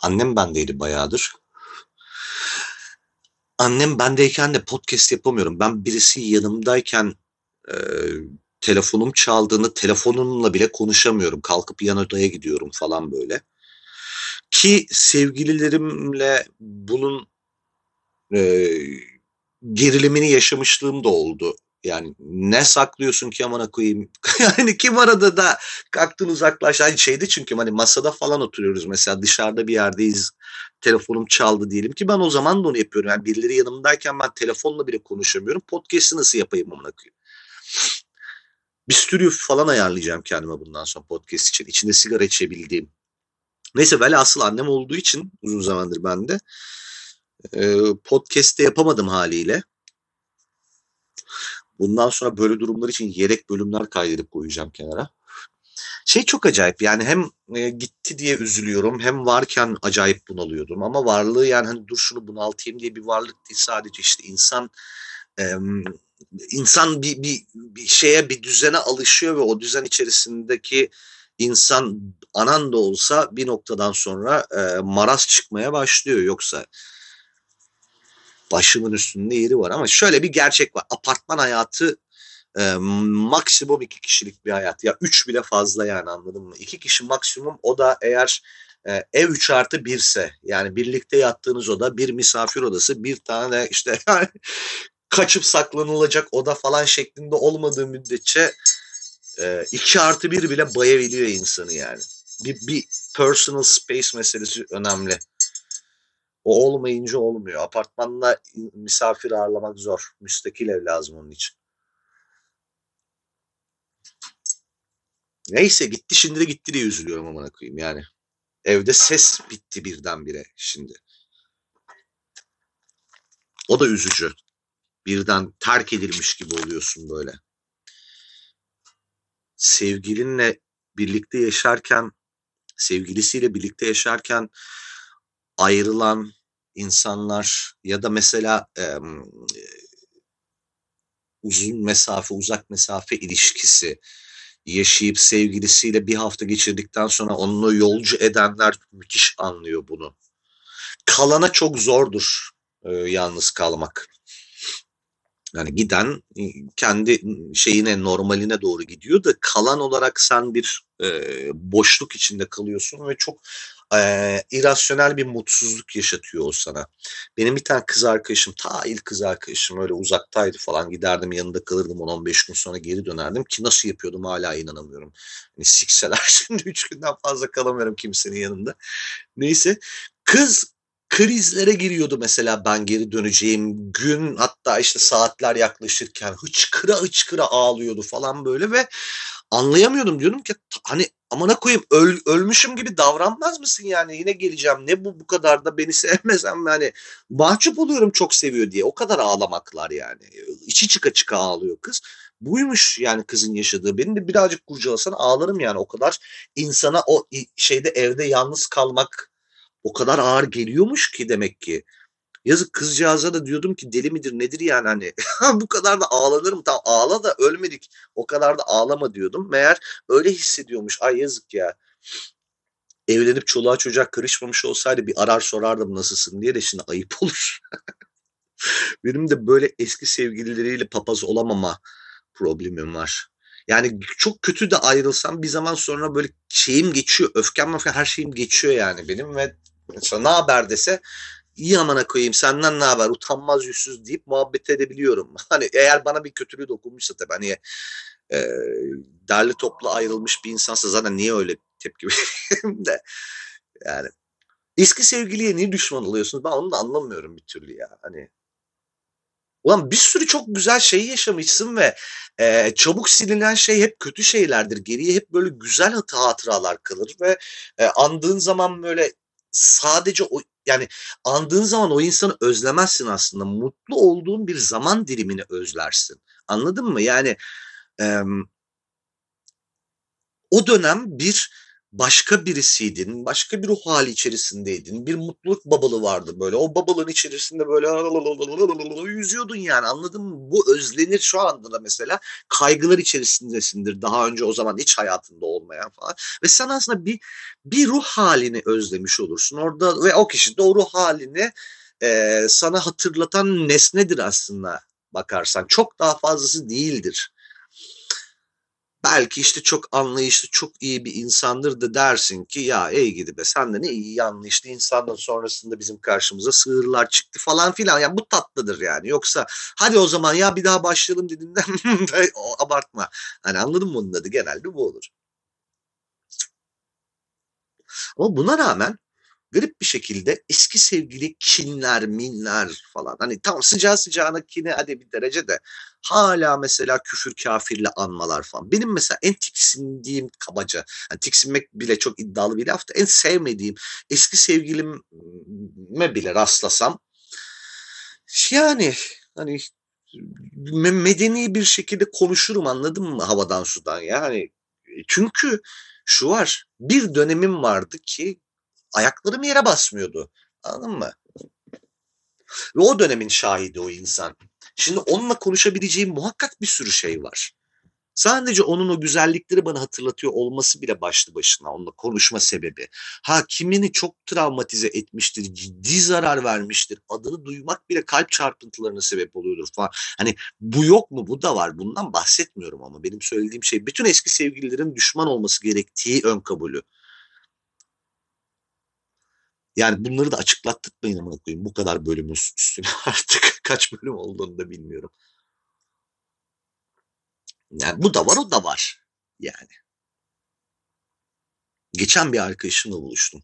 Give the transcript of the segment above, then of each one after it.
Annem bendeydi bayağıdır. Annem bendeyken de podcast yapamıyorum. Ben birisi yanımdayken e, telefonum çaldığında telefonumla bile konuşamıyorum. Kalkıp yan odaya gidiyorum falan böyle. Ki sevgililerimle bunun e, gerilimini yaşamışlığım da oldu. Yani ne saklıyorsun ki amına koyayım? Yani kim arada da kalktın uzaklaş. Hani şeydi çünkü hani masada falan oturuyoruz mesela dışarıda bir yerdeyiz. Telefonum çaldı diyelim ki ben o zaman da onu yapıyorum. Yani birileri yanımdayken ben telefonla bile konuşamıyorum. Podcast'ı nasıl yapayım amına koyayım? Bir stüdyo falan ayarlayacağım kendime bundan sonra podcast için. İçinde sigara içebildiğim. Neyse velhasıl annem olduğu için uzun zamandır bende. Podcast'te yapamadım haliyle. Bundan sonra böyle durumlar için yedek bölümler kaydedip koyacağım kenara. Şey çok acayip yani hem gitti diye üzülüyorum hem varken acayip bunalıyordum ama varlığı yani hani dur şunu bunaltayım diye bir varlık değil sadece işte e, insan bir şeye bir düzene alışıyor ve o düzen içerisindeki insan anan da olsa bir noktadan sonra maraz çıkmaya başlıyor yoksa başımın üstünde yeri var ama şöyle bir gerçek var apartman hayatı maksimum iki kişilik bir hayat. Ya üç bile fazla yani anladın mı? İki kişi maksimum o da eğer ev 3+1 ise yani birlikte yattığınız oda bir misafir odası bir tane de işte yani kaçıp saklanılacak oda falan şeklinde olmadığı müddetçe 2+1 bile bayabiliyor insanı yani. Bir personal space meselesi önemli. O olmayınca olmuyor. Apartmanda misafir ağırlamak zor. Müstakil ev lazım onun için. Neyse gitti şimdi de gitti diye üzülüyorum amına koyayım yani. Evde ses bitti birdenbire şimdi. O da üzücü. Birden terk edilmiş gibi oluyorsun böyle. Sevgilinle birlikte yaşarken, sevgilisiyle birlikte yaşarken ayrılan insanlar ya da mesela uzun mesafe, uzak mesafe ilişkisi yaşayıp sevgilisiyle bir hafta geçirdikten sonra onunla yolcu edenler müthiş anlıyor bunu. Kalana çok zordur yalnız kalmak. Yani giden kendi şeyine normaline doğru gidiyor da kalan olarak sen bir boşluk içinde kalıyorsun ve çok irasyonel bir mutsuzluk yaşatıyor o sana. Benim bir tane kız arkadaşım, ta ilk kız arkadaşım öyle uzaktaydı falan giderdim yanında kalırdım 10-15 gün sonra geri dönerdim ki nasıl yapıyordum hala inanamıyorum. Hani sikseler şimdi 3 günden fazla kalamıyorum kimsenin yanında. Neyse kız krizlere giriyordu mesela ben geri döneceğim gün hatta işte saatler yaklaşırken hıçkıra hıçkıra ağlıyordu falan böyle ve anlayamıyordum diyordum ki hani amına koyayım ölmüşüm gibi davranmaz mısın yani yine geleceğim ne bu kadar da beni sevmesen yani mahcup oluyorum çok seviyor diye o kadar ağlamaklar yani içi çıka çıka ağlıyor kız buymuş yani kızın yaşadığı beni de birazcık kurcalasan ağlarım yani o kadar insana o şeyde evde yalnız kalmak o kadar ağır geliyormuş ki demek ki. Yazık kızcağıza da diyordum ki deli midir nedir yani hani bu kadar da ağlanır mı? Tamam ağla da ölmedik. O kadar da ağlama diyordum. Meğer öyle hissediyormuş. Ay yazık ya. Evlenip çoluğa çocuğa karışmamış olsaydı bir arar sorardım nasılsın diye de şimdi ayıp olur. Benim de böyle eski sevgilileriyle papaz olamama problemim var. Yani çok kötü de ayrılsam bir zaman sonra böyle şeyim geçiyor. Öfkem her şeyim geçiyor yani benim ve mesela ne haber dese iyi amına koyayım senden ne haber utanmaz yüzsüz deyip muhabbet edebiliyorum. Hani eğer bana bir kötülüğü dokunmuşsa tabii hani e, derli toplu ayrılmış bir insansa zaten niye öyle tepki vereyim de yani eski sevgiliye niye düşman oluyorsunuz ben onu da anlamıyorum bir türlü ya hani ulan bir sürü çok güzel şey yaşamışsın ve çabuk silinen şey hep kötü şeylerdir. Geriye hep böyle güzel hatıralar kalır ve andığın zaman böyle sadece o yani andığın zaman o insanı özlemezsin aslında. Mutlu olduğun bir zaman dilimini özlersin. Anladın mı? Yani e, o dönem bir başka birisiydin, başka bir ruh hali içerisindeydin. Bir mutluluk bubble'ı vardı böyle. O bubble'ın içerisinde böyle yüzüyordun yani, anladın mı? Bu özlenir şu anda da mesela. Kaygılar içerisindesindir. Daha önce o zaman hiç hayatında olmayan falan. Ve sen aslında bir ruh halini özlemiş olursun orada ve o kişi de o ruh halini sana hatırlatan nesnedir aslında bakarsan. Çok daha fazlası değildir. Belki işte çok anlayışlı, çok iyi bir insandır da dersin ki ya ey gidi be, sen de ne iyi anlayışlı insandan, sonrasında bizim karşımıza sığırlar çıktı falan filan. Yani bu tatlıdır yani. Yoksa hadi o zaman ya bir daha başlayalım dediğinden abartma. Hani anladın mı, onun adı genelde bu olur. Ama buna rağmen garip bir şekilde eski sevgili kinler, minler falan. Hani tam sıcağı sıcağına kine hadi bir derece de hala mesela küfür kafirle anmalar falan. Benim mesela en tiksindiğim kabaca, yani tiksinmek bile çok iddialı bir laf da, en sevmediğim eski sevgilime bile rastlasam yani hani medeni bir şekilde konuşurum, anladın mı, havadan sudan yani. Çünkü şu var, bir dönemim vardı ki ayaklarım yere basmıyordu. Anladın mı? Ve o dönemin şahidi o insan. Şimdi onunla konuşabileceğim muhakkak bir sürü şey var. Sadece onun o güzellikleri bana hatırlatıyor olması bile başlı başına onunla konuşma sebebi. Ha, kimini çok travmatize etmiştir, ciddi zarar vermiştir. Adını duymak bile kalp çarpıntılarına sebep oluyordur falan. Hani bu yok mu? Bu da var. Bundan bahsetmiyorum ama benim söylediğim şey bütün eski sevgililerin düşman olması gerektiği ön kabulü. Yani bunları da açıklattırmayın amına koyayım. Bu kadar bölümün üstüne artık kaç bölüm olduğunu da bilmiyorum. Yani bu da var, o da var. Yani geçen bir arkadaşımla buluştum.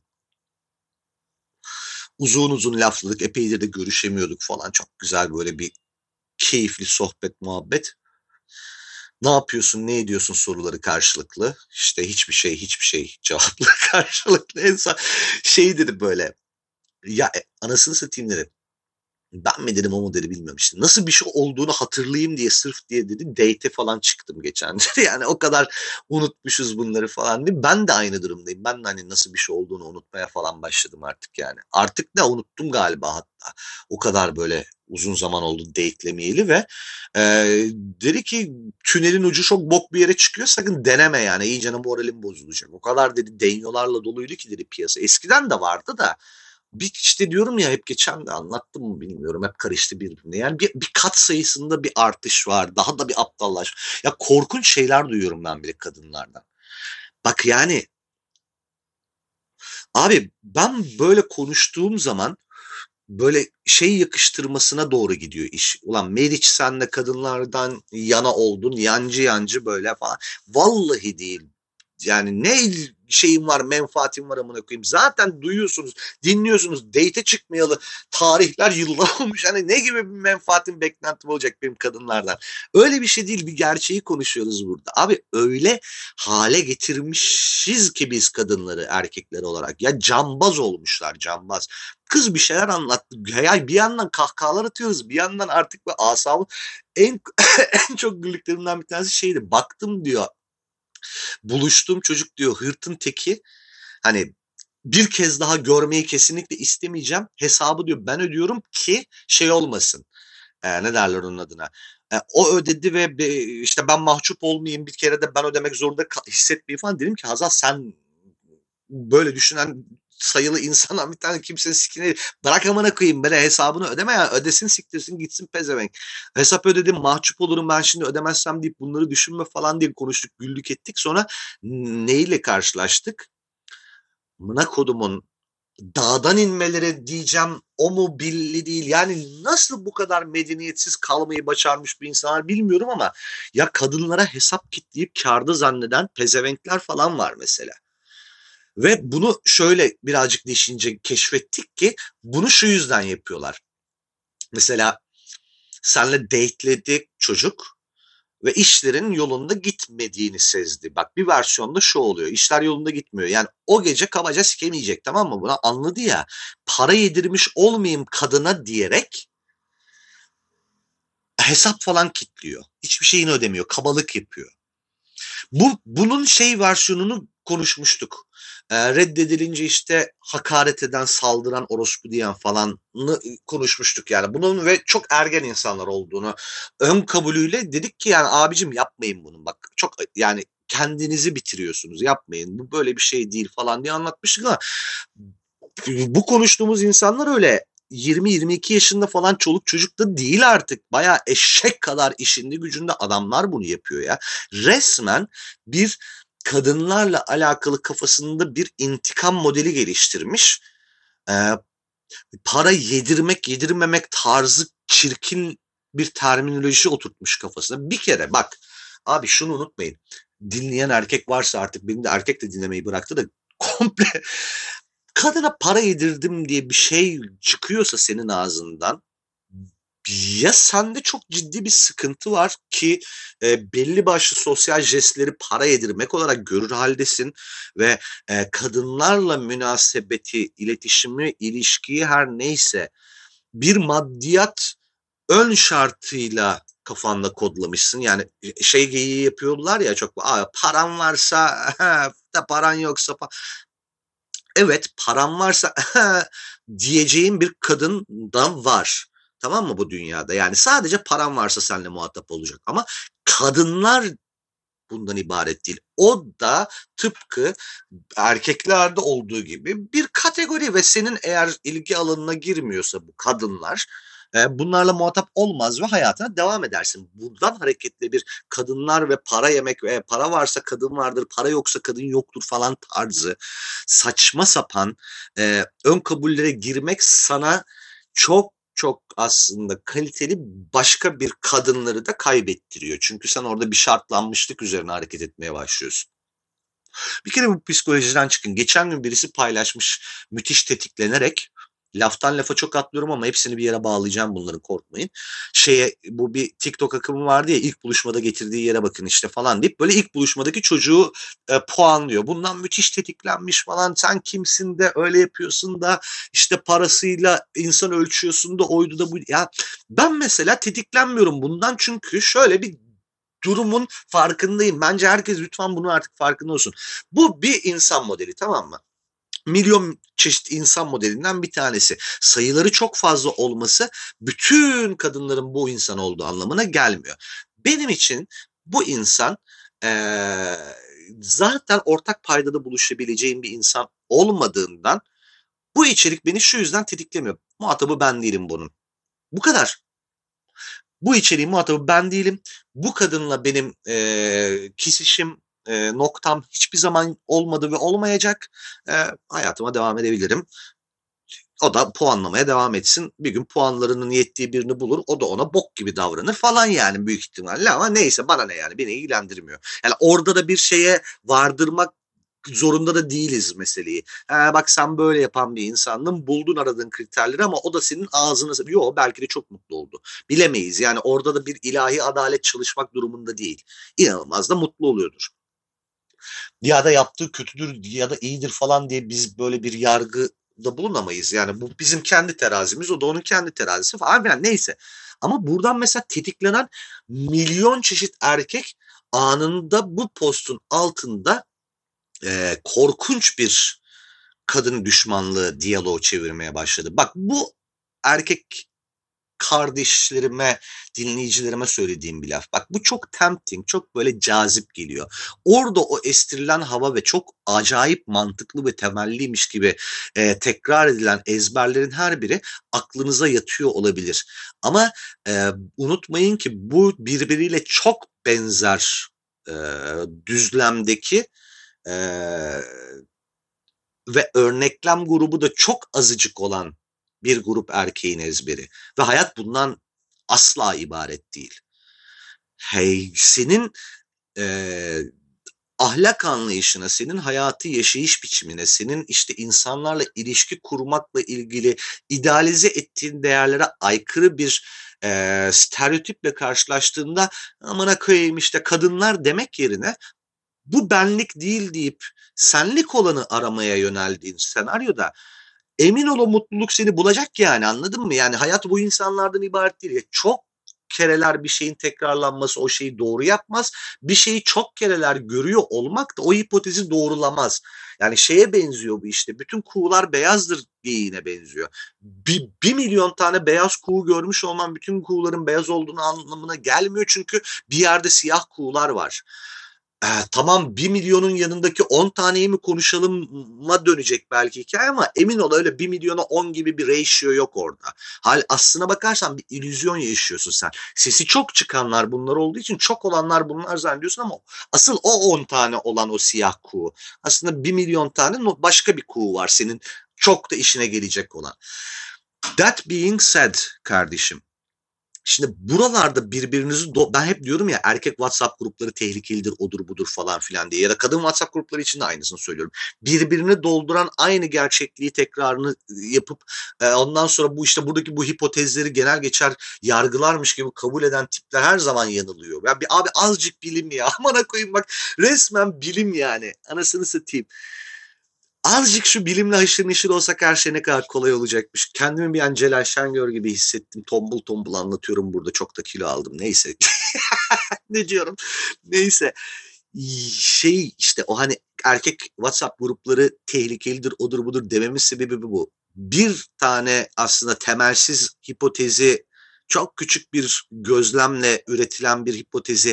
Uzun uzun lafladık. Epeydir de görüşemiyorduk falan. Çok güzel böyle bir keyifli sohbet, muhabbet. Ne yapıyorsun, ne ediyorsun soruları karşılıklı. İşte hiçbir şey cevapları karşılıklı. En son şey dedi böyle. Ya anasını satayım dedi. Ben mi dedim, o mu dedi, bilmiyorum işte. Nasıl bir şey olduğunu hatırlayayım diye, sırf diye dedi. Date falan çıktım geçen. Yani o kadar unutmuşuz bunları falan diye. Ben de aynı durumdayım. Ben de hani nasıl bir şey olduğunu unutmaya falan başladım artık yani. Artık da unuttum galiba hatta. O kadar böyle uzun zaman oldu date'lemeyeli ve e, dedi ki tünelin ucu çok bok bir yere çıkıyor, sakın deneme yani, iyice moralim bozulacak. O kadar dedi denyolarla doluydu ki dedi piyasa. Eskiden de vardı da bir işte diyorum ya, hep geçen de anlattım mı bilmiyorum, hep karıştı birbirine. Yani bir kat sayısında bir artış var. Daha da bir aptallaş. Ya korkunç şeyler duyuyorum ben bile kadınlardan. Bak yani abi, ben böyle konuştuğum zaman böyle şey yakıştırmasına doğru gidiyor iş. Ulan Meriç, sen de kadınlardan yana oldun. Yancı yancı böyle falan. Vallahi değil. Yani ne şeyim var, menfaatim var amına koyayım. Zaten duyuyorsunuz, dinliyorsunuz. Date'e çıkmayalı tarihler, yıllar olmuş. Hani ne gibi bir menfaatim, beklentim olacak benim kadınlardan. Öyle bir şey değil. Bir gerçeği konuşuyoruz burada. Abi öyle hale getirmişiz ki biz kadınları, erkekler olarak. Ya cambaz olmuşlar, cambaz. Kız bir şeyler anlattı. Ya bir yandan kahkahalar atıyoruz. Bir yandan artık bu asabı en en çok güldüklerimden bir tanesi şeydi. Baktım diyor, buluştuğum çocuk diyor hırtın teki. Hani bir kez daha görmeyi kesinlikle istemeyeceğim. Hesabı diyor ben ödüyorum ki şey olmasın. Ne derler onun adına? O ödedi ve işte ben mahcup olmayayım, bir kere de ben ödemek zorunda hissetmeyeyim falan. Dedim ki Hazal, sen böyle düşünen sayılı insandan bir tane kimsenin sikine bırak amına koyayım, böyle hesabını ödeme ya, ödesin siktirsin gitsin pezevenk. Hesap ödedim, mahcup olurum ben şimdi ödemezsem deyip bunları düşünme falan diye konuştuk, güldük ettik. Sonra neyle karşılaştık? Mına kodumun dağdan inmeleri diyeceğim, o mu belli değil. Yani nasıl bu kadar medeniyetsiz kalmayı başarmış bir insanlar bilmiyorum ama ya kadınlara hesap kitleyip kârda zanneden pezevenkler falan var mesela. Ve bunu şöyle birazcık düşünce keşfettik ki bunu şu yüzden yapıyorlar. Mesela senle dateledi çocuk ve işlerin yolunda gitmediğini sezdi. Bak bir versiyonda şu oluyor. İşler yolunda gitmiyor. Yani o gece kabaca sikemeyecek, tamam mı? Buna anladı ya. Para yedirmiş olmayayım kadına diyerek hesap falan kitliyor. Hiçbir şeyini ödemiyor. Kabalık yapıyor. Bunun şey versiyonunu konuşmuştuk. Reddedilince işte hakaret eden, saldıran, orospu diyen falanı konuşmuştuk yani. Bunun ve çok ergen insanlar olduğunu ön kabulüyle dedik ki yani abicim yapmayın bunu. Bak çok yani kendinizi bitiriyorsunuz. Yapmayın. Bu böyle bir şey değil falan diye anlatmıştık ama bu konuştuğumuz insanlar öyle 20-22 yaşında falan çoluk çocuk da değil artık. Bayağı eşek kadar işinde gücünde adamlar bunu yapıyor ya. Resmen bir kadınlarla alakalı kafasında bir intikam modeli geliştirmiş. Ee, Para yedirmek, yedirmemek tarzı çirkin bir terminoloji oturtmuş kafasına. Bir kere bak abi şunu unutmayın. Dinleyen erkek varsa artık benim de erkek de dinlemeyi bıraktı da komple kadına para yedirdim diye bir şey çıkıyorsa senin ağzından ya sende çok ciddi bir sıkıntı var ki belli başlı sosyal jestleri para yedirmek olarak görür haldesin ve kadınlarla münasebeti, iletişimi, ilişkiyi her neyse bir maddiyat ön şartıyla kafanda kodlamışsın. Yani şey geyiği yapıyorlar ya çok paran varsa da paran yoksa evet param varsa diyeceğim bir kadın da var. Tamam mı bu dünyada? Yani sadece param varsa seninle muhatap olacak. Ama kadınlar bundan ibaret değil. O da tıpkı erkeklerde olduğu gibi bir kategori ve senin eğer ilgi alanına girmiyorsa bu kadınlar bunlarla muhatap olmaz ve hayatına devam edersin. Buradan hareketle bir kadınlar ve para yemek ve para varsa kadın vardır, para yoksa kadın yoktur falan tarzı saçma sapan ön kabullere girmek sana çok çok aslında kaliteli başka bir kadınları da kaybettiriyor. Çünkü sen orada bir şartlanmışlık üzerine hareket etmeye başlıyorsun. Bir kere bu psikolojiden çıkın. Geçen gün birisi paylaşmış müthiş tetiklenerek. Laftan lafa çok atlıyorum ama hepsini bir yere bağlayacağım bunların korkmayın. Bu bir TikTok akımı vardı ya ilk buluşmada getirdiği yere bakın işte falan deyip böyle ilk buluşmadaki çocuğu puanlıyor. Bundan müthiş tetiklenmiş falan sen kimsin de öyle yapıyorsun da işte parasıyla insan ölçüyorsun da oydu da bu. Ya ben mesela tetiklenmiyorum bundan çünkü şöyle bir durumun farkındayım. Bence herkes lütfen bunu artık farkında olsun. Bu bir insan modeli tamam mı? Milyon çeşit insan modelinden bir tanesi. Sayıları çok fazla olması bütün kadınların bu insan olduğu anlamına gelmiyor. Benim için bu insan ee, zaten ortak paydada buluşabileceğim bir insan olmadığından bu içerik beni şu yüzden tetiklemiyor. Muhatabı ben değilim bunun. Bu kadar. Bu içeriğin muhatabı ben değilim. Bu kadınla benim kesişim noktam hiçbir zaman olmadı ve olmayacak. Hayatıma devam edebilirim. O da puanlamaya devam etsin. Bir gün puanlarının yettiği birini bulur. O da ona bok gibi davranır falan yani büyük ihtimalle. Ama neyse bana ne yani beni ilgilendirmiyor. Yani orada da bir şeye vardırmak zorunda da değiliz meseleyi. Bak sen böyle yapan bir insandın buldun aradığın kriterleri ama o da senin ağzına yok belki de çok mutlu oldu. Bilemeyiz yani orada da bir ilahi adalet çalışmak durumunda değil. İnanılmaz da mutlu oluyordur. Ya da yaptığı kötüdür ya da iyidir falan diye biz böyle bir yargıda bulunamayız. Yani bu bizim kendi terazimiz o da onun kendi terazisi falan filan neyse. Ama buradan mesela tetiklenen milyon çeşit erkek anında bu postun altında korkunç bir kadın düşmanlığı diyaloğu çevirmeye başladı. Bak bu erkek kardeşlerime, dinleyicilerime söylediğim bir laf. Bak bu çok tempting, çok böyle cazip geliyor. Orada o estirilen hava ve çok acayip mantıklı ve temelliymiş gibi tekrar edilen ezberlerin her biri aklınıza yatıyor olabilir. Ama unutmayın ki bu birbiriyle çok benzer e, düzlemdeki e, ve örneklem grubu da çok azıcık olan bir grup erkeğin ezberi. Ve hayat bundan asla ibaret değil. Hey, senin e, ahlak anlayışına, senin hayatı yaşayış biçimine, senin işte insanlarla ilişki kurmakla ilgili idealize ettiğin değerlere aykırı bir stereotiple karşılaştığında amına koyayım işte kadınlar demek yerine bu benlik değil deyip senlik olanı aramaya yöneldiğin senaryoda emin ol o mutluluk seni bulacak yani anladın mı? Yani hayat bu insanlardan ibaret değil. Çok kereler bir şeyin tekrarlanması o şeyi doğru yapmaz. Bir şeyi çok kereler görüyor olmak da o hipotezi doğrulamaz. Yani şeye benziyor bu işte. Bütün kuğular beyazdır geyiğine benziyor. Bir milyon tane beyaz kuğu görmüş olman bütün kuğuların beyaz olduğunu anlamına gelmiyor. Çünkü bir yerde siyah kuğular var. Tamam 1 milyonun yanındaki 10 taneyi mi konuşalım'a dönecek belki hikaye ama emin ol öyle 1 milyona 10 gibi bir ratio yok orada. Aslına bakarsan bir illüzyon yaşıyorsun sen. Sesi çok çıkanlar bunlar olduğu için çok olanlar bunlar zannediyorsun ama asıl o 10 tane olan o siyah kuğu. Aslında 1 milyon tane başka bir kuğu var senin çok da işine gelecek olan. That being said kardeşim. Şimdi buralarda birbirinizi ben hep diyorum ya erkek WhatsApp grupları tehlikelidir odur budur falan filan diye ya da kadın WhatsApp grupları için de aynısını söylüyorum. Birbirini dolduran aynı gerçekliği tekrarını yapıp ondan sonra bu işte buradaki bu hipotezleri genel geçer yargılarmış gibi kabul eden tipler her zaman yanılıyor. Ya abi azıcık bilim ya amına koyayım bak resmen bilim yani anasını satayım. Azıcık şu bilimle haşır neşir olsak her şey ne kadar kolay olacakmış. Kendimi bir an Celal Şengör gibi hissettim. Tombul tombul anlatıyorum burada. Çok da kilo aldım. Neyse. Ne diyorum? Neyse. Şey işte o hani erkek WhatsApp grupları tehlikelidir odur budur dememin sebebi bu. Bir tane aslında temelsiz hipotezi çok küçük bir gözlemle üretilen bir hipotezi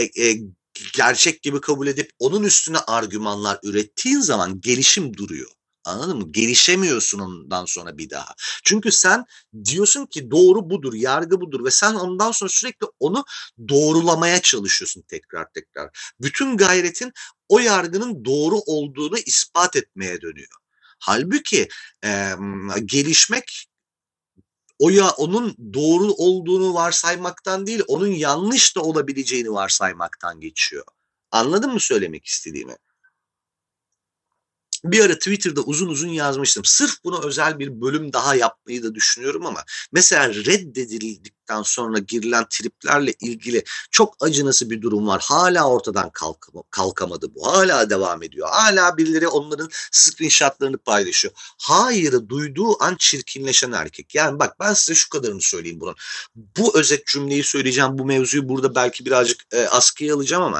gerçek gibi kabul edip onun üstüne argümanlar ürettiğin zaman gelişim duruyor. Anladın mı? Gelişemiyorsun ondan sonra bir daha. Çünkü sen diyorsun ki doğru budur, yargı budur ve sen ondan sonra sürekli onu doğrulamaya çalışıyorsun tekrar tekrar. Bütün gayretin o yargının doğru olduğunu ispat etmeye dönüyor. Halbuki gelişmek onun doğru olduğunu varsaymaktan değil, onun yanlış da olabileceğini varsaymaktan geçiyor. Anladın mı söylemek istediğimi? Bir ara Twitter'da uzun uzun yazmıştım. Sırf buna özel bir bölüm daha yapmayı da düşünüyorum ama mesela reddedildikten sonra girilen triplerle ilgili çok acınası bir durum var. Hala ortadan kalkamadı bu. Hala devam ediyor. Hala birileri onların screenshotlarını paylaşıyor. Hayır'ı duyduğu an çirkinleşen erkek. Yani bak ben size şu kadarını söyleyeyim bunun. Bu özet cümleyi söyleyeceğim. Bu mevzuyu burada belki birazcık askıya alacağım ama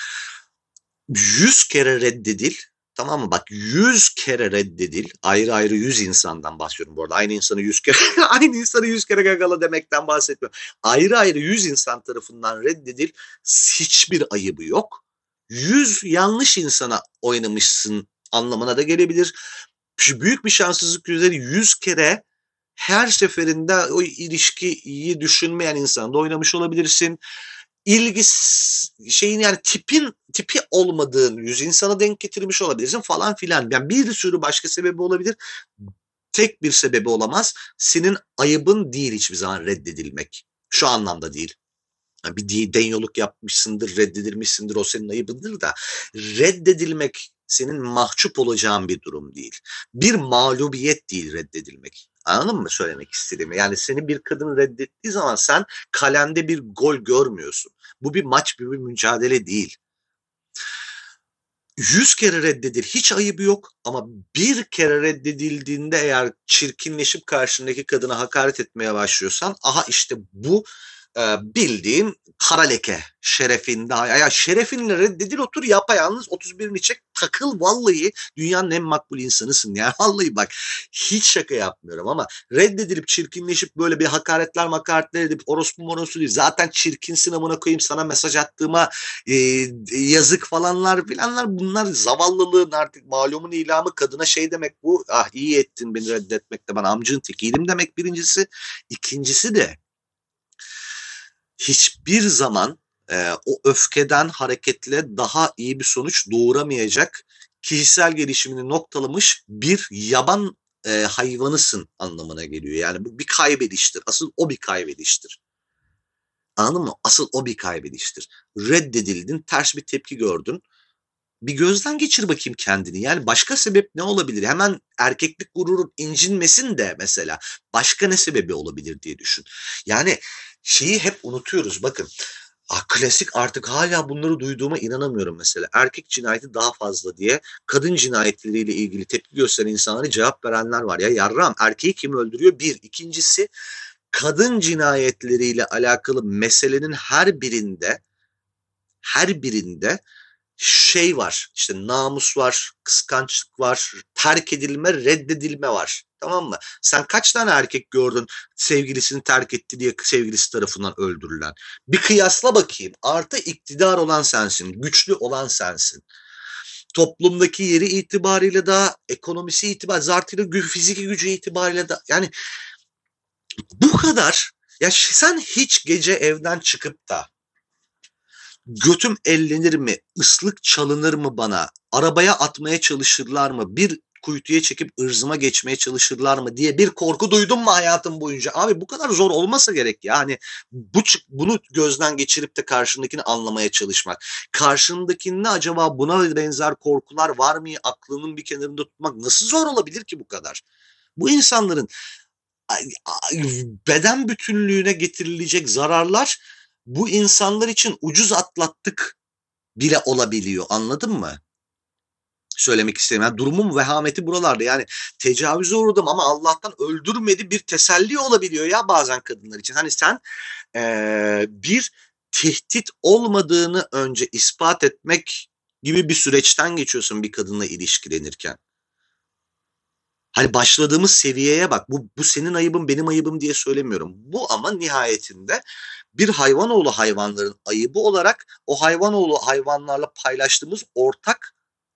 100 kere reddedil. Tamam mı? Bak 100 kere reddedil. Ayrı ayrı 100 insandan bahsediyorum bu arada. Aynı insanı 100 kere aynı insanı 100 kere gagala demekten bahsetmiyorum. Ayrı ayrı 100 insan tarafından reddedil. Hiçbir ayıbı yok. 100 yanlış insana oynamışsın anlamına da gelebilir. Büyük bir şanssızlık üzeri 100 kere her seferinde o ilişkiyi düşünmeyen insanda oynamış olabilirsin. Şeyin yani tipi olmadığın 100 insana denk getirmiş olabilirsin falan filan. Yani bir sürü başka sebebi olabilir. Tek bir sebebi olamaz. Senin ayıbın değil hiçbir zaman reddedilmek. Şu anlamda değil. Yani bir denyoluk yapmışsındır, reddedilmişsindir, o senin ayıbındır da reddedilmek senin mahcup olacağın bir durum değil. Bir mağlubiyet değil reddedilmek. Anladın mı söylemek istediğimi? Yani seni bir kadın reddettiği zaman sen kalende bir gol görmüyorsun. Bu bir maç, bir mücadele değil. 100 kere reddedil hiç ayıbı yok ama bir kere reddedildiğinde eğer çirkinleşip karşındaki kadına hakaret etmeye başlıyorsan aha işte bu bildiğin kara leke şerefinde ya şerefinle reddedil otur yapayalnız 31'ini çek takıl vallahi dünyanın en makbul insanısın ya vallahi bak hiç şaka yapmıyorum ama reddedilip çirkinleşip böyle bir hakaretler edip orospu değil zaten çirkinsin amına koyayım sana mesaj attığıma yazık falanlar bunlar zavallılığın artık malumun ilamı kadına şey demek bu ah iyi ettin beni reddetmekte ben amcığın tekiydim demek birincisi ikincisi de hiçbir zaman o öfkeden hareketle daha iyi bir sonuç doğuramayacak kişisel gelişimini noktalamış bir yaban hayvanısın anlamına geliyor. Yani bu bir kaybediştir. Asıl o bir kaybediştir. Anladın mı? Asıl o bir kaybediştir. Reddedildin, ters bir tepki gördün. Bir gözden geçir bakayım kendini. Yani başka sebep ne olabilir? Hemen erkeklik gururun incinmesin de mesela. Başka ne sebebi olabilir diye düşün. Yani şeyi hep unutuyoruz. Bakın klasik artık hala bunları duyduğuma inanamıyorum mesela. Erkek cinayeti daha fazla diye kadın cinayetleriyle ilgili tepki gösteren insanlara cevap verenler var. Ya yarram erkeği kim öldürüyor? Bir. İkincisi kadın cinayetleriyle alakalı meselenin her birinde şey var. İşte namus var, kıskançlık var, terk edilme, reddedilme var. Tamam mı? Sen kaç tane erkek gördün sevgilisini terk etti diye sevgilisi tarafından öldürülen? Bir kıyasla bakayım. Artı iktidar olan sensin, güçlü olan sensin. Toplumdaki yeri itibariyle da, ekonomisi itibariyle, zartıyla fiziki gücü itibariyle da, yani bu kadar. Ya sen hiç gece evden çıkıp da götüm ellenir mi, ıslık çalınır mı bana, arabaya atmaya çalışırlar mı, bir kuytuya çekip ırzıma geçmeye çalışırlar mı diye bir korku duydum mu hayatım boyunca? Abi bu kadar zor olmasa gerek ya. Hani bunu gözden geçirip de karşındakini anlamaya çalışmak. Karşındakinde acaba buna benzer korkular var mı? Aklının bir kenarında tutmak nasıl zor olabilir ki bu kadar? Bu insanların beden bütünlüğüne getirilecek zararlar bu insanlar için ucuz atlattık bile olabiliyor. Anladın mı? Söylemek istedim. Yani durumun vehameti buralarda. Yani tecavüze uğradım ama Allah'tan öldürmedi bir teselli olabiliyor ya bazen kadınlar için. Hani sen bir tehdit olmadığını önce ispat etmek gibi bir süreçten geçiyorsun bir kadınla ilişkilenirken. Hani başladığımız seviyeye bak. Bu senin ayıbın, benim ayıbım diye söylemiyorum. Bu ama nihayetinde bir hayvanoğlu hayvanların ayıbı olarak o hayvanoğlu hayvanlarla paylaştığımız ortak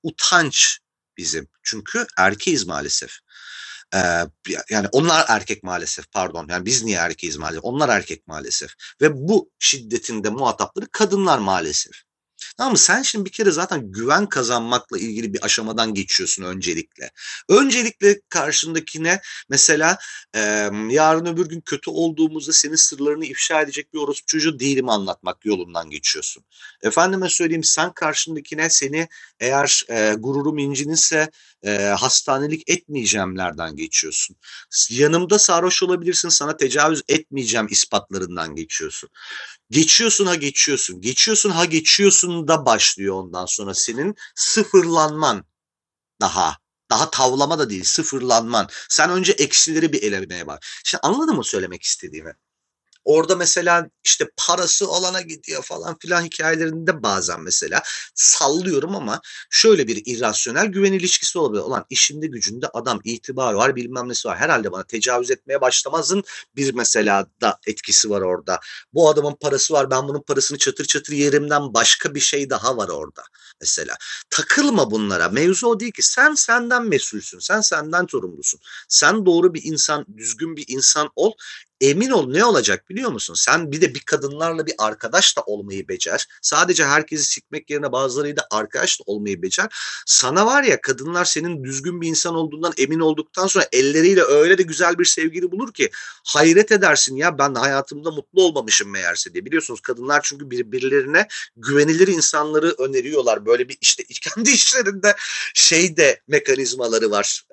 utanç bizim. Çünkü erkeğiz maalesef. Ee, Yani onlar erkek maalesef, pardon. Yani biz niye erkeğiz maalesef? Onlar erkek maalesef. Ve bu şiddetin de muhatapları kadınlar maalesef. Tamam mı? Sen şimdi bir kere zaten güven kazanmakla ilgili bir aşamadan geçiyorsun öncelikle. Öncelikle karşındakine mesela e, yarın öbür gün kötü olduğumuzda senin sırlarını ifşa edecek bir orospu çocuğu değilim anlatmak yolundan geçiyorsun. Efendime söyleyeyim, sen karşındakine seni eğer gururum incinirse hastanelik etmeyeceğimlerden geçiyorsun. Yanımda sarhoş olabilirsin, sana tecavüz etmeyeceğim ispatlarından geçiyorsun. Geçiyorsun ha geçiyorsun. Geçiyorsun ha geçiyorsun da başlıyor ondan sonra senin sıfırlanman daha. Daha tavlama da değil, sıfırlanman. Sen önce eksileri bir elemeye bak. Şimdi anladın mı söylemek istediğimi? Orada mesela işte parası olana gidiyor falan filan hikayelerinde bazen mesela sallıyorum ama şöyle bir irrasyonel güven ilişkisi olabilir. Olan işinde gücünde adam, itibar var, bilmem nesi var. Herhalde bana tecavüz etmeye başlamazın bir mesela da etkisi var orada. Bu adamın parası var, ben bunun parasını çatır çatır yerimden başka bir şey daha var orada mesela. Takılma bunlara. Mevzu o değil ki. Sen senden mesulsün. Sen senden sorumlusun. Sen doğru bir insan, düzgün bir insan ol. Emin ol, ne olacak biliyor musun? Sen bir de bir kadınlarla bir arkadaş da olmayı becer. Sadece herkesi sikmek yerine bazılarıyla da arkadaş da olmayı becer. Sana var ya, kadınlar senin düzgün bir insan olduğundan emin olduktan sonra elleriyle öyle de güzel bir sevgili bulur ki hayret edersin, ya ben hayatımda mutlu olmamışım meğerse diye. Biliyorsunuz kadınlar çünkü birbirlerine güvenilir insanları öneriyorlar. Böyle bir işte kendi işlerinde şey de mekanizmaları var.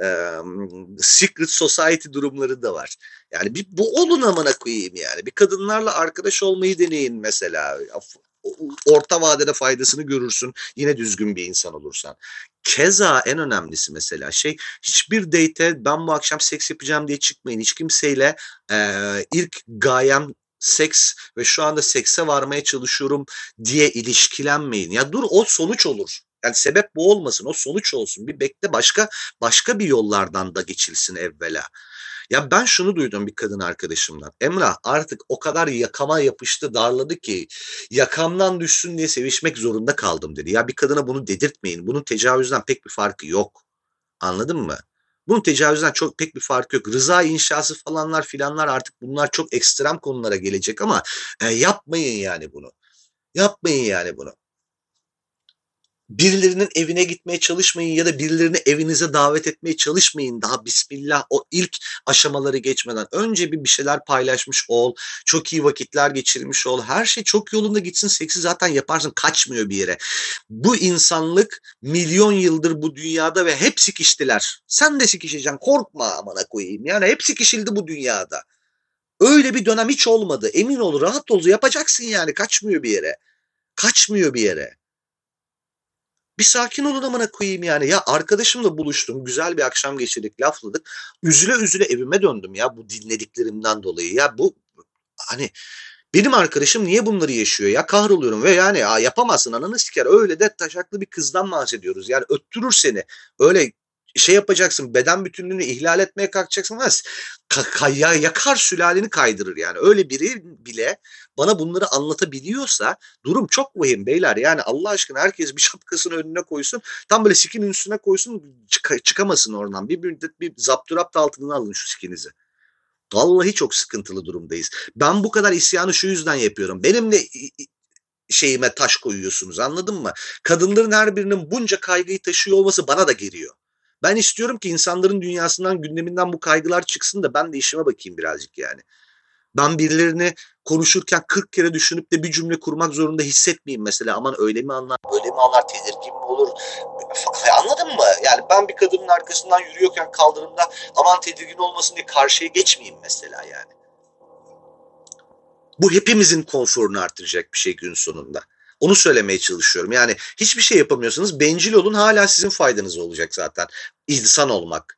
Secret society durumları da var. Yani bir bu olun amına koyayım yani. Bir kadınlarla arkadaş olmayı deneyin mesela. Orta vadede faydasını görürsün. Yine düzgün bir insan olursan. Keza en önemlisi mesela hiçbir date'e ben bu akşam seks yapacağım diye çıkmayın. Hiç kimseyle ilk gayem seks ve şu anda sekse varmaya çalışıyorum diye ilişkilenmeyin. Ya dur, o sonuç olur. Yani sebep bu olmasın, o sonuç olsun. Bir bekle, başka bir yollardan da geçilsin evvela. Ya ben şunu duydum bir kadın arkadaşımdan. Emrah, artık o kadar yakama yapıştı, darladı ki yakamdan düşsün diye sevişmek zorunda kaldım dedi. Ya bir kadına bunu dedirtmeyin. Bunun tecavüzden pek bir farkı yok. Anladın mı? Bunun tecavüzden pek bir farkı yok. Rıza inşası falanlar filanlar, artık bunlar çok ekstrem konulara gelecek ama yapmayın yani bunu. Yapmayın yani bunu. Birilerinin evine gitmeye çalışmayın ya da birilerini evinize davet etmeye çalışmayın. Daha bismillah, o ilk aşamaları geçmeden önce bir şeyler paylaşmış ol. Çok iyi vakitler geçirmiş ol. Her şey çok yolunda gitsin. Seksi zaten yaparsın. Kaçmıyor bir yere. Bu insanlık milyon yıldır bu dünyada ve hep sikiştiler. Sen de sikişeceksin. Korkma amına koyayım. Yani hep sikişildi bu dünyada. Öyle bir dönem hiç olmadı. Emin ol, rahat ol. Yapacaksın yani. Kaçmıyor bir yere. Kaçmıyor bir yere. Bir sakin olun amına koyayım yani. Ya arkadaşımla buluştum. Güzel bir akşam geçirdik, lafladık. Üzüle üzüle evime döndüm ya bu dinlediklerimden dolayı. Ya bu hani benim arkadaşım niye bunları yaşıyor ya? Kahroluyorum ve yani ya yapamazsın ananı siker. Öyle de taşaklı bir kızdan bahsediyoruz. Yani öttürür seni. Öyle şey yapacaksın. Beden bütünlüğünü ihlal etmeye kalkacaksın. Yakar sülaleni kaydırır yani. Öyle biri bile bana bunları anlatabiliyorsa durum çok vahim beyler. Yani Allah aşkına herkes bir şapkasını önüne koysun. Tam böyle sikin üstüne koysun. Çıkamasın oradan. Bir müddet bir zapturapt altından alın şu sikinizi. Vallahi çok sıkıntılı durumdayız. Ben bu kadar isyanı şu yüzden yapıyorum. Benimle şeyime taş koyuyorsunuz, anladın mı? Kadınların her birinin bunca kaygıyı taşıyor olması bana da geliyor. Ben istiyorum ki insanların dünyasından, gündeminden bu kaygılar çıksın da ben de işime bakayım birazcık yani. Ben birilerini konuşurken 40 kere düşünüp de bir cümle kurmak zorunda hissetmeyeyim mesela. Aman öyle mi anlar, böyle mi anlar, tedirgin mi olur? Anladın mı? Yani ben bir kadının arkasından yürüyorken kaldırımda aman tedirgin olmasın diye karşıya geçmeyeyim mesela yani. Bu hepimizin konforunu artıracak bir şey gün sonunda. Onu söylemeye çalışıyorum. Yani hiçbir şey yapamıyorsanız bencil olun, hala sizin faydanız olacak zaten. İnsan olmak.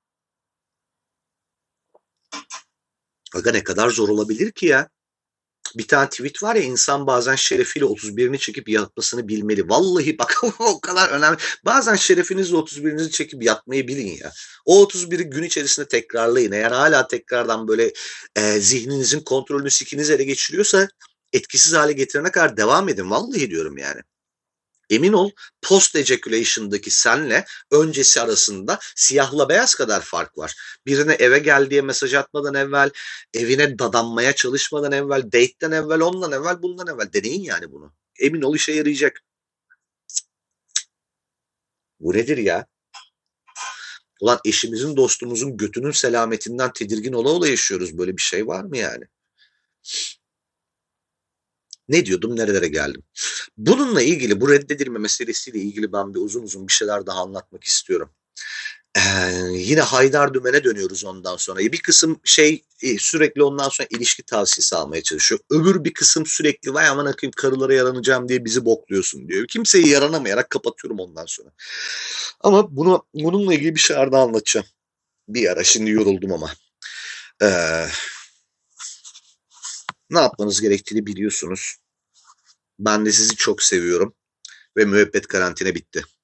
Aga ne kadar zor olabilir ki ya? Bir tane tweet var ya, insan bazen şerefiyle 31'ini çekip yatmasını bilmeli. Vallahi bak o kadar önemli. Bazen şerefinizle 31'inizi çekip yatmayı bilin ya. O 31'i gün içerisinde tekrarlayın. Eğer hala tekrardan böyle zihninizin kontrolünü sikiniz ele geçiriyorsa etkisiz hale getirene kadar devam edin. Vallahi diyorum yani. Emin ol, post ejaculation'daki senle öncesi arasında siyahla beyaz kadar fark var. Birine eve gel diye mesaj atmadan evvel, evine dadanmaya çalışmadan evvel, date'den evvel, ondan evvel, bundan evvel deneyin yani bunu. Emin ol işe yarayacak. Bu nedir ya? Ulan eşimizin, dostumuzun götünün selametinden tedirgin ola ola yaşıyoruz. Böyle bir şey var mı yani? Ne diyordum, nerelere geldim? Bununla ilgili, bu reddedilme meselesiyle ilgili ben bir uzun uzun bir şeyler daha anlatmak istiyorum. Ee, Yine Haydar Dümen'e dönüyoruz ondan sonra. Bir kısım şey sürekli ondan sonra ilişki tavsiyesi almaya çalışıyor. Öbür bir kısım sürekli vay aman akıyım karılara yaranacağım diye bizi bokluyorsun diyor. Kimseyi yaranamayarak kapatıyorum ondan sonra. Ama bununla ilgili bir şeyler daha anlatacağım. Bir ara, şimdi yoruldum ama. Ee, Ne yapmanız gerektiğini biliyorsunuz. Ben de sizi çok seviyorum ve müebbet karantina bitti.